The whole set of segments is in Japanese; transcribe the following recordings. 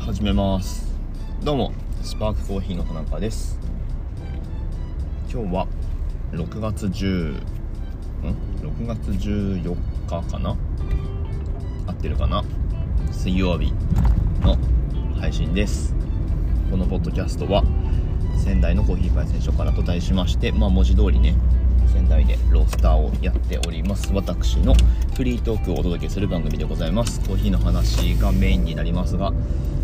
始めます。どうもスパークコーヒーの田中です。今日は6月14日かな、合ってるかな、水曜日の配信です。このポッドキャストは仙台のコーヒー焙煎所からと題しまして、文字通りね、仙台でロースターをやっております私のフリートークをお届けする番組でございます。コーヒーの話がメインになりますが、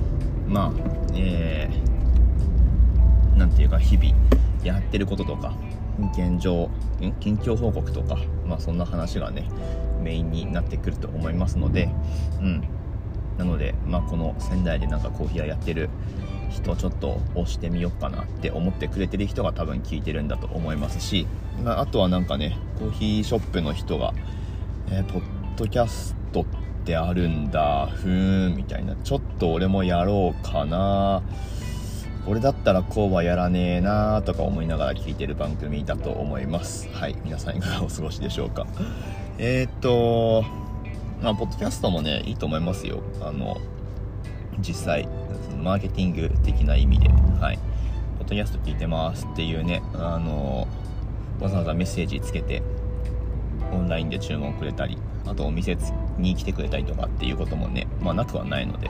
なんていうか日々やってることとか近況報告とか、そんな話がねメインになってくると思いますので、なのでこの仙台でなんかコーヒー屋やってる人ちょっと押してみようかなって思ってくれてる人が多分聞いてるんだと思いますし、あとはなんかねコーヒーショップの人が、ポッドキャストってあるんだみたいな、ちょっと俺もやろうかな、俺だったらこうはやらねえなとか思いながら聞いてる番組だと思います。はい、皆さんいかがお過ごしでしょうか。ポッドキャストもねいいと思いますよ。実際マーケティング的な意味で、ポッドキャスト聞いてますっていうね、わざわざメッセージつけてオンラインで注文くれたり、あとお店に来てくれたりとかっていうこともね、なくはないので、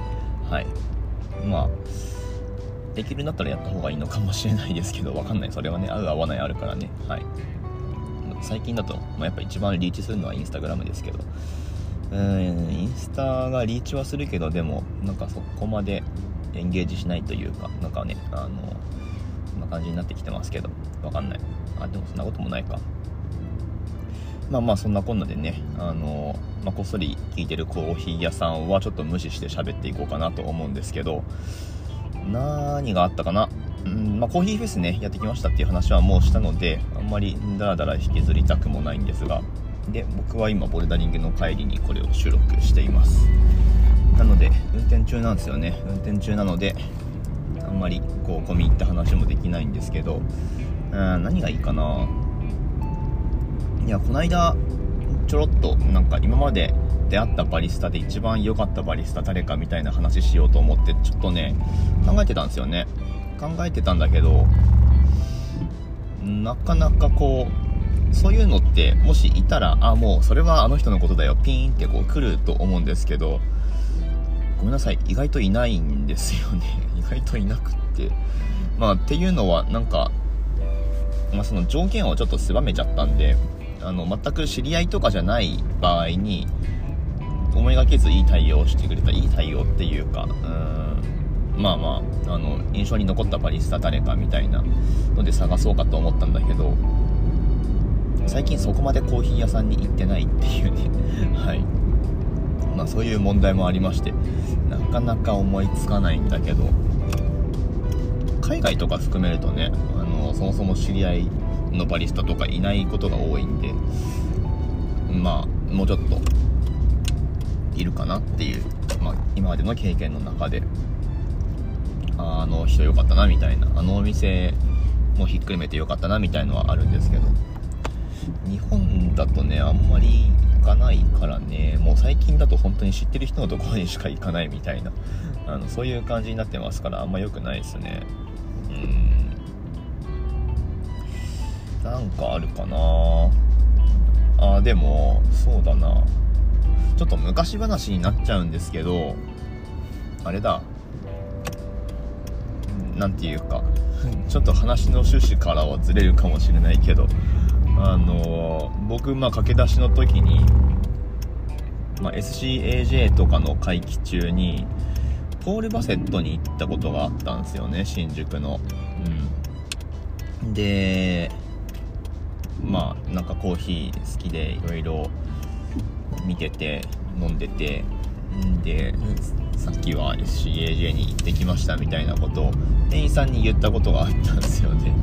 できるんだったらやった方がいいのかもしれないですけど、わかんない、それはね合う合わないあるからね。最近だと、やっぱ一番リーチするのはインスタグラムですけど、インスタがリーチはするけど、でもなんかそこまでエンゲージしないというか、なんかねそんな感じになってきてますけど、わかんない。でもそんなこともないか。そんなこんなでね、こっそり聞いてるコーヒー屋さんはちょっと無視して喋っていこうかなと思うんですけど、何があったかな。コーヒーフェスねやってきましたっていう話はもうしたので、あんまりダラダラ引きずりたくもないんですが、で僕は今ボルダリングの帰りにこれを収録しています。なので運転中なんですよね。運転中なのであんまりこう込み入った話もできないんですけど、何がいいかな。この間ちょろっとなんか今まで出会ったバリスタで一番良かったバリスタ誰かみたいな話しようと思ってちょっとね考えてたんですよね。考えてたんだけど、なかなかこうそういうのってもしいたらもうそれはあの人のことだよピーンってこう来ると思うんですけど、ごめんなさい、意外といないんですよね。意外といなくってっていうのはなんか、その条件をちょっと狭めちゃったんで、全く知り合いとかじゃない場合に思いがけずいい対応をしてくれた、いい対応っていうか、印象に残ったバリスタ誰かみたいなので探そうかと思ったんだけど、最近そこまでコーヒー屋さんに行ってないっていうねそういう問題もありまして、なかなか思いつかないんだけど、海外とか含めるとね、そもそも知り合いのバリスタとかいないことが多いんで、もうちょっといるかなっていう、今までの経験の中であの人良かったなみたいな、あのお店もひっくるめて良かったなみたいのはあるんですけど、日本だとねあんまり行かないからね、もう最近だと本当に知ってる人のところにしか行かないみたいな、そういう感じになってますから、あんま良くないですね。なんかあるかな。でもそうだな、ちょっと昔話になっちゃうんですけど、あれだ、なんていうかちょっと話の趣旨からはずれるかもしれないけど、僕駆け出しの時に、SCAJ とかの会期中にポール・バセットに行ったことがあったんですよね、新宿の。でなんかコーヒー好きでいろいろ見てて飲んでて、でさっきは SCAJ に行ってきましたみたいなことを店員さんに言ったことがあったんですよね。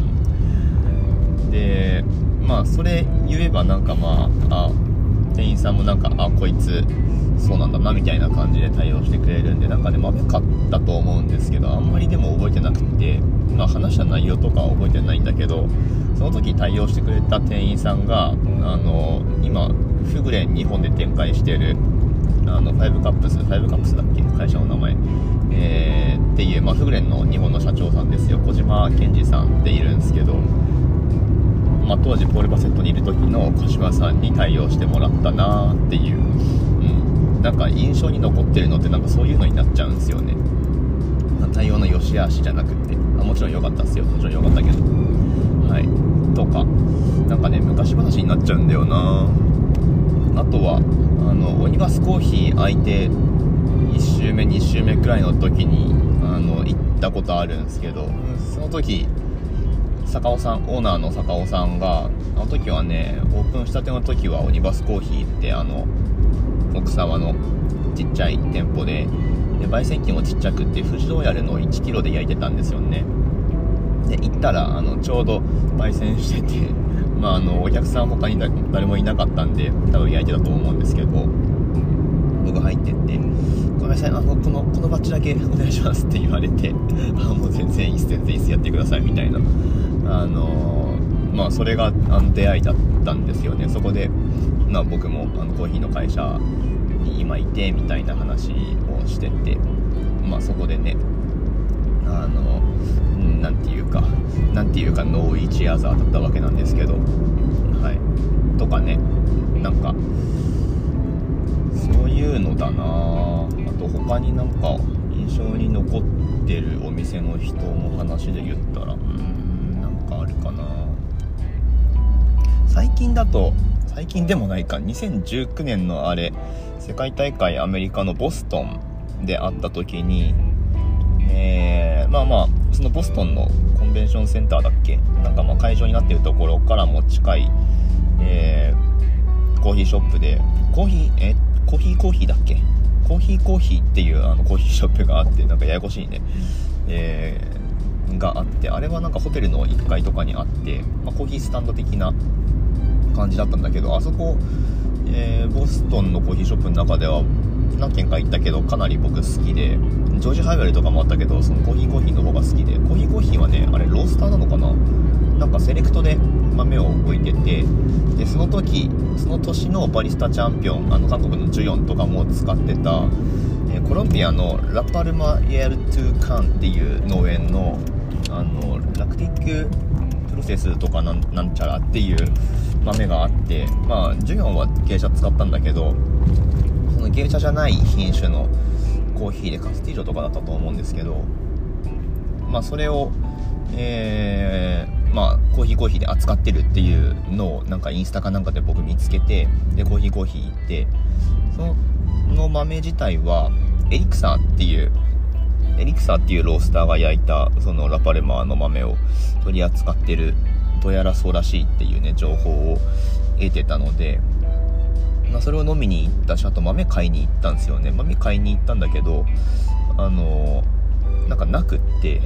でそれ言えばなんか店員さんもなんかこいつそうなんだなみたいな感じで対応してくれるんで、なんかね豆かったと思うんですけど、あんまりでも覚えてなくて、話した内容とかは覚えてないんだけど、その時対応してくれた店員さんが今フグレン日本で展開してるファイブカップスだっけ、会社の名前っていう、フグレンの日本の社長さんですよ、小島健二さんっているんですけど、当時ポール・バセットにいる時の小島さんに対応してもらったなっていう、なんか印象に残ってるのってなんかそういうのになっちゃうんですよね。対応の良し悪しじゃなくて、もちろん良かったっすよ、もちろん良かったけど、とかなんかね、昔話になっちゃうんだよな。あとはオニバスコーヒー開いて1週目2週目くらいの時に行ったことあるんですけど、その時坂尾さん、オーナーの坂尾さんが、あの時はね、オープンしたての時はオニバスコーヒーって奥沢のちっちゃい店舗で焙煎機もちっちゃくって富士ローヤルの1キロで焼いてたんですよね。で行ったらちょうど焙煎してて、お客さん他に誰もいなかったんで多分焼いてたと思うんですけど、僕入ってって「ごめんなさい、このバッチだけお願いします」って言われてもう全然いいっすやってくださいみたいな、それが出会いだったんですよね。そこで僕もコーヒーの会社に今いてみたいな話をしてて、そこでねなんていうかノーイチアザーだったわけなんですけど、とかね、なんかそういうのだな。あと他になんか印象に残ってるお店の人の話で言ったらなんかあるかな。最近でもないか、2019年の世界大会アメリカのボストンで会った時に、そのボストンのコンベンションセンターだっけ、なんか会場になっているところからも近い、コーヒーショップでコーヒーだっけ、コーヒーっていうコーヒーショップがあって、なんかややこしいね、があって、あれはなんかホテルの1階とかにあって、コーヒースタンド的な感じだったんだけど、あそこ、ボストンのコーヒーショップの中では何軒か行ったけどかなり僕好きで、ジョージハイウェルとかもあったけど、そのコーヒーの方が好きで、コーヒーはね、あれロースターなのかな、なんかセレクトで豆を置いてて、でその年のバリスタチャンピオン、韓国のジュヨンとかも使ってた、コロンビアのラパルマイエルトゥカンっていう農園のラクティックプロセスとかなんちゃらっていう豆があって、ジュヨンは芸者使ったんだけど、その芸者じゃない品種のコーヒーでカスティージョとかだったと思うんですけど、それをコーヒーで扱ってるっていうのをなんかインスタかなんかで僕見つけて、でコーヒー行って、その豆自体はエリクサーっていうロースターが焼いたそのラパルマの豆を取り扱ってる、どうやらそうらしいっていうね情報を得てたので、それを飲みに行ったし、あと豆買いに行ったんですよね。豆買いに行ったんだけどなんかなくって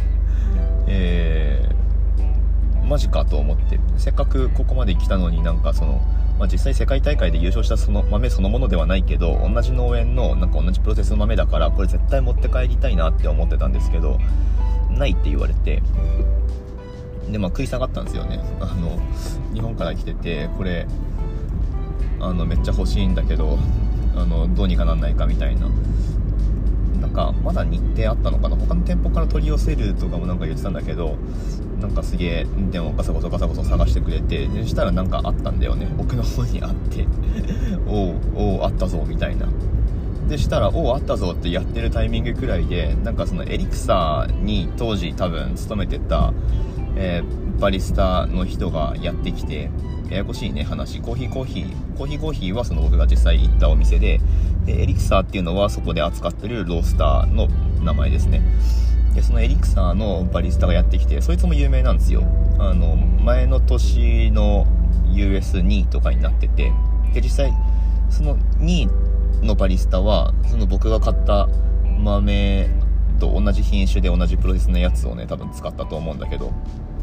マジかと思って、せっかくここまで来たのに、なんか実際世界大会で優勝したその豆そのものではないけど、同じ農園のなんか同じプロセスの豆だから、これ絶対持って帰りたいなって思ってたんですけど、ないって言われて、で食い下がったんですよね。日本から来てて、これめっちゃ欲しいんだけどどうにかなんないかみたいな、なんかまだ日程あったのかな、他の店舗から取り寄せるとかもなんか言ってたんだけど、なんかすげえでもガサゴソ探してくれて、でしたらなんかあったんだよね、奥の方にあっておうあったぞみたいな。でしたらあったぞってやってるタイミングくらいで、なんかそのエリクサーに当時多分勤めてた、バリスタの人がやってきて、ややこしいね話、コーヒーはその僕が実際行ったお店で、エリクサーっていうのはそこで扱ってるロースターの名前ですね。でそのエリクサーのバリスタがやってきて、そいつも有名なんですよ。前の年の US2 位とかになってて、で実際その2位のバリスタはその僕が買った豆と同じ品種で同じプロセスのやつをね多分使ったと思うんだけど、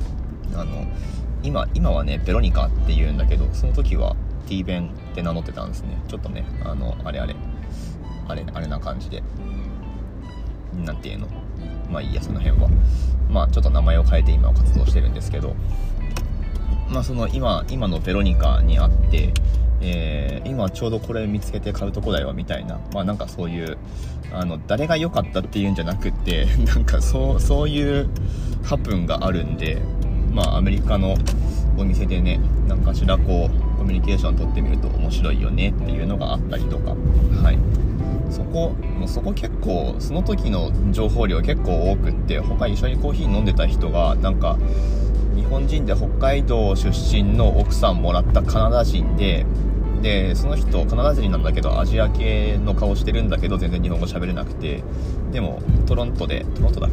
今はねベロニカって言うんだけど、その時は T 弁って名乗ってたんですね。ちょっとねあれな感じで、なんていうの、いいや、その辺はちょっと名前を変えて今は活動してるんですけど、その今のベロニカにあって、 今ちょうどこれ見つけて買うとこだよみたいな、なんかそういう誰が良かったっていうんじゃなくってなんかそういうハプンがあるんで、アメリカのお店でね、何かしらこうコミュニケーション取ってみると面白いよねっていうのがあったりとか、そこ結構その時の情報量結構多くって、他一緒にコーヒー飲んでた人がなんか日本人で北海道出身の奥さんもらったカナダ人でその人カナダ人なんだけどアジア系の顔してるんだけど全然日本語喋れなくて、でもトロントで、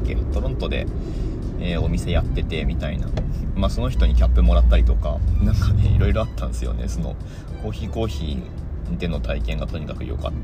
お店やっててみたいな、その人にキャップもらったりとか、なんかねいろいろあったんですよね。そのコーヒーでの体験がとにかく良かった。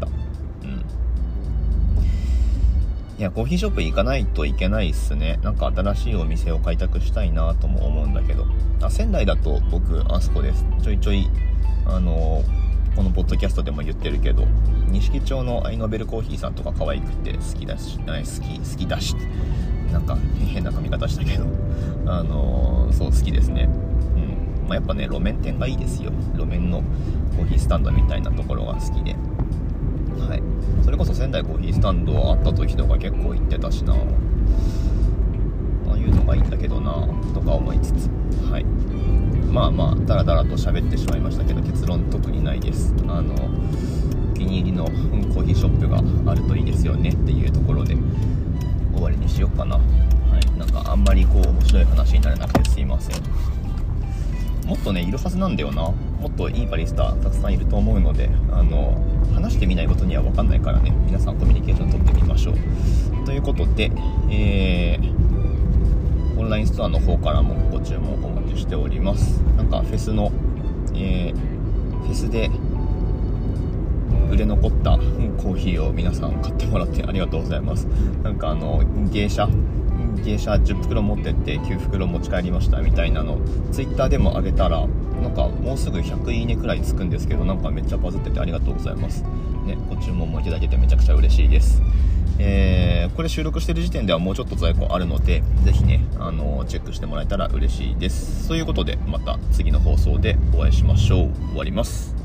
いや、コーヒーショップ行かないといけないっすね。なんか新しいお店を開拓したいなとも思うんだけど、仙台だと僕あそこです。ちょいちょいこのポッドキャストでも言ってるけど、錦町のアイノベルコーヒーさんとか可愛くて好きだし、なんか変な髪型したけどそう好きですね。やっぱね路面店がいいですよ。路面のコーヒースタンドみたいなところが好きで、それこそ仙台コーヒースタンドあった時とか結構行ってたしな、ああいうのがいいんだけどなとか思いつつ、だらだらと喋ってしまいましたけど、結論特にないです。お気に入りのコーヒーショップがあるといいですよねっていうところで終わりにしようかな。なんかあんまり面白い話にならなくてすいません。もっとねいるはずなんだよな。もっといいバリスタたくさんいると思うので、話してみないことには分かんないからね、皆さんコミュニケーション取ってみましょうということで、オンラインストアの方からもご注文お待ちしております。なんかフェスで売れ残ったコーヒーを皆さん買ってもらってありがとうございます。なんか芸者10袋持ってって9袋持ち帰りましたみたいなのツイッターでも上げたら、なんかもうすぐ100いいねくらいつくんですけど、なんかめっちゃバズっててありがとうございますね。ご注文もいただけてめちゃくちゃ嬉しいです。これ収録してる時点ではもうちょっと在庫あるので、ぜひねチェックしてもらえたら嬉しいです。そういうことでまた次の放送でお会いしましょう。終わります。